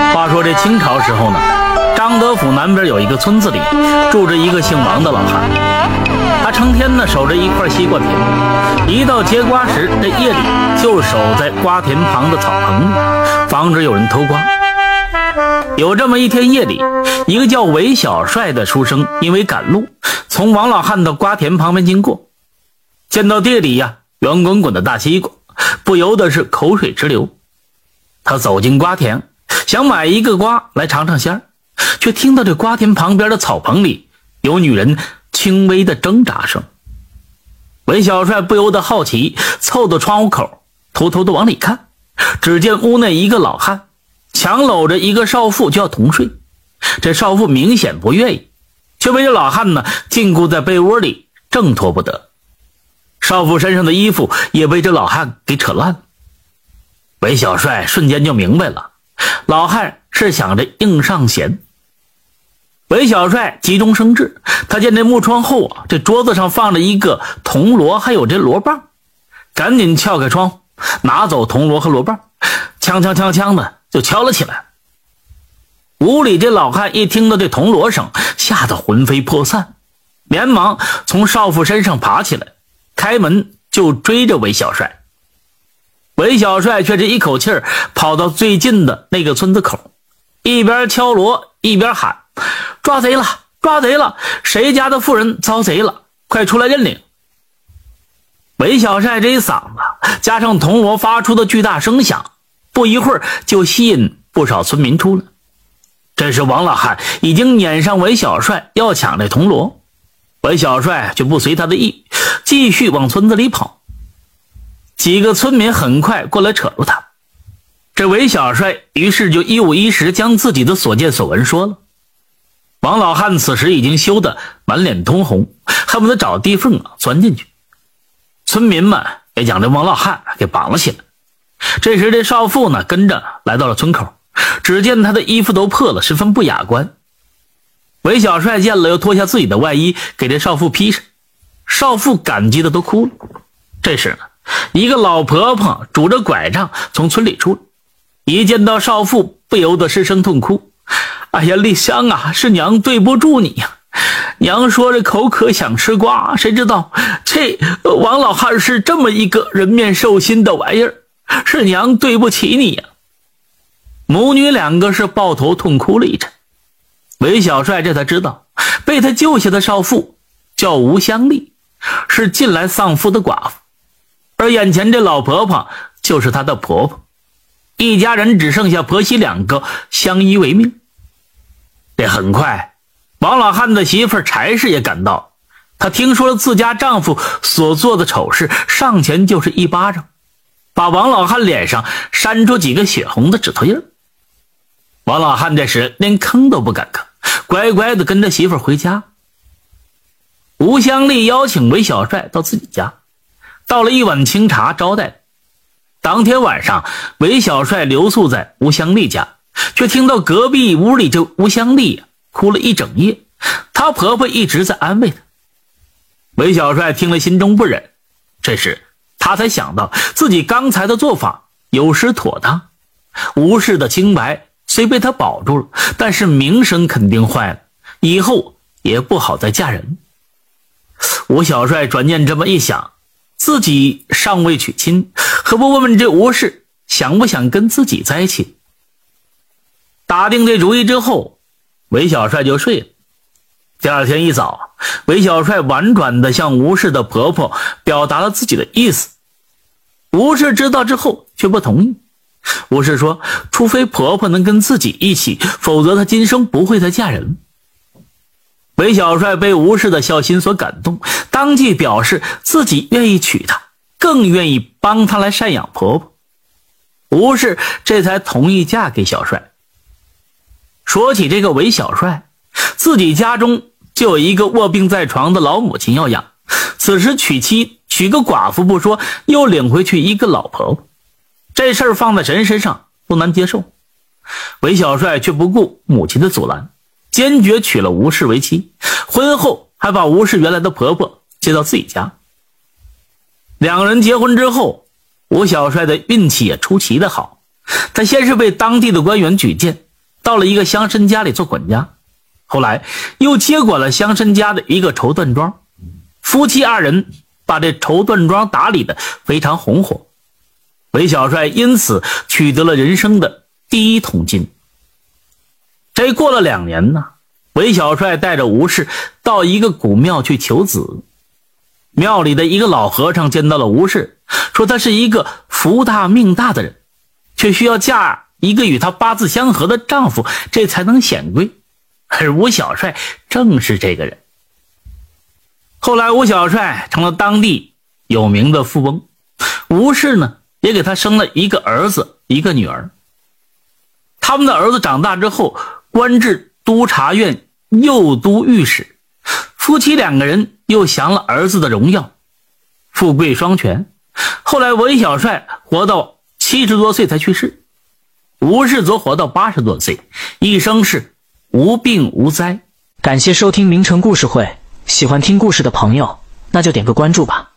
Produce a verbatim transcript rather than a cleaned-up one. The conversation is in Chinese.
话说这清朝时候呢，张德府南边有一个村子里住着一个姓王的老汉，他成天呢守着一块西瓜田，一到结瓜时，这夜里就守在瓜田旁的草棚里，防止有人偷瓜。有这么一天夜里，一个叫韦小帅的书生因为赶路，从王老汉的瓜田旁边经过，见到地里呀圆滚滚的大西瓜，不由得是口水直流。他走进瓜田，想买一个瓜来尝尝鲜，却听到这瓜田旁边的草棚里有女人轻微的挣扎声。韦小帅不由得好奇，凑到窗户口偷偷的往里看，只见屋内一个老汉强搂着一个少妇就要同睡，这少妇明显不愿意，却被这老汉呢禁锢在被窝里挣脱不得。少妇身上的衣服也被这老汉给扯烂了。韦小帅瞬间就明白了，老汉是想着硬上弦。韦小帅急中生智，他见这木窗后啊，这桌子上放着一个铜锣还有这锣棒，赶紧撬开窗户，拿走铜锣和锣棒，锵锵锵锵的就敲了起来。屋里这老汉一听到这铜锣声，吓得魂飞魄散，连忙从少妇身上爬起来，开门就追着韦小帅。韦小帅却是一口气儿跑到最近的那个村子口，一边敲锣一边喊：抓贼了，抓贼了，谁家的妇人遭贼了，快出来认领。韦小帅这一嗓子加上铜锣发出的巨大声响，不一会儿就吸引不少村民出来。这时王老汉已经撵上韦小帅要抢这铜锣，韦小帅却不随他的意，继续往村子里跑。几个村民很快过来扯住他，这韦小帅于是就一五一十将自己的所见所闻说了。王老汉此时已经羞得满脸通红，恨不得找地缝啊钻进去。村民们也将这王老汉给绑了起来。这时这少妇呢跟着来到了村口，只见他的衣服都破了，十分不雅观。韦小帅见了，又脱下自己的外衣给这少妇披上，少妇感激的都哭了。这时呢，一个老婆婆拄着拐杖从村里出来，一见到少妇不由得失声痛哭：哎呀，丽香啊，是娘对不住你呀！娘说着口渴想吃瓜，谁知道这王老汉是这么一个人面兽心的玩意儿，是娘对不起你呀！母女两个是抱头痛哭了一阵。韦小帅这才知道，被他救下的少妇叫吴香丽，是近来丧夫的寡妇，而眼前这老婆婆就是她的婆婆，一家人只剩下婆媳两个相依为命。这很快，王老汉的媳妇柴氏也赶到，她听说了自家丈夫所做的丑事，上前就是一巴掌，把王老汉脸上扇出几个血红的指头印。王老汉这时连吭都不敢吭，乖乖的跟着媳妇回家。吴香丽邀请韦小帅到自己家，倒了一碗清茶招待。当天晚上，韦小帅留宿在吴香丽家，却听到隔壁屋里这吴香丽哭了一整夜，她婆婆一直在安慰她。韦小帅听了心中不忍，这时他才想到自己刚才的做法有失妥当，吴氏的清白虽被他保住了，但是名声肯定坏了，以后也不好再嫁人。吴小帅转念这么一想，自己尚未娶亲，何不问问这吴氏想不想跟自己在一起。打定这主意之后，韦小帅就睡了。第二天一早，韦小帅婉转地向吴氏的婆婆表达了自己的意思。吴氏知道之后却不同意。吴氏说，除非婆婆能跟自己一起，否则她今生不会再嫁人。韦小帅被吴氏的孝心所感动，当即表示自己愿意娶她，更愿意帮她来赡养婆婆。吴氏这才同意嫁给小帅。说起这个韦小帅，自己家中就有一个卧病在床的老母亲要养，此时娶妻娶个寡妇不说，又领回去一个老婆婆，这事儿放在神身上不难接受。韦小帅却不顾母亲的阻拦，坚决娶了吴氏为妻，婚后还把吴氏原来的婆婆接到自己家。两人结婚之后，吴小帅的运气也出奇的好，他先是被当地的官员举荐， 到了一个乡绅家里做管家，后来又接管了乡绅家的一个绸缎庄。夫妻二人把这绸缎庄打理得非常红火，韦小帅因此取得了人生的第一桶金。这过了两年呢，韦小帅带着吴氏到一个古庙去求子。庙里的一个老和尚见到了吴氏，说他是一个福大命大的人，却需要嫁一个与他八字相合的丈夫，这才能显贵。而吴小帅正是这个人。后来吴小帅成了当地有名的富翁，吴氏呢也给他生了一个儿子一个女儿。他们的儿子长大之后官至督察院右都御史，夫妻两个人又享了儿子的荣耀，富贵双全。后来韦小帅活到七十多岁才去世，吴氏则活到八十多岁，一生是无病无灾。 感谢收听名城故事会，喜欢听故事的朋友，那就点个关注吧。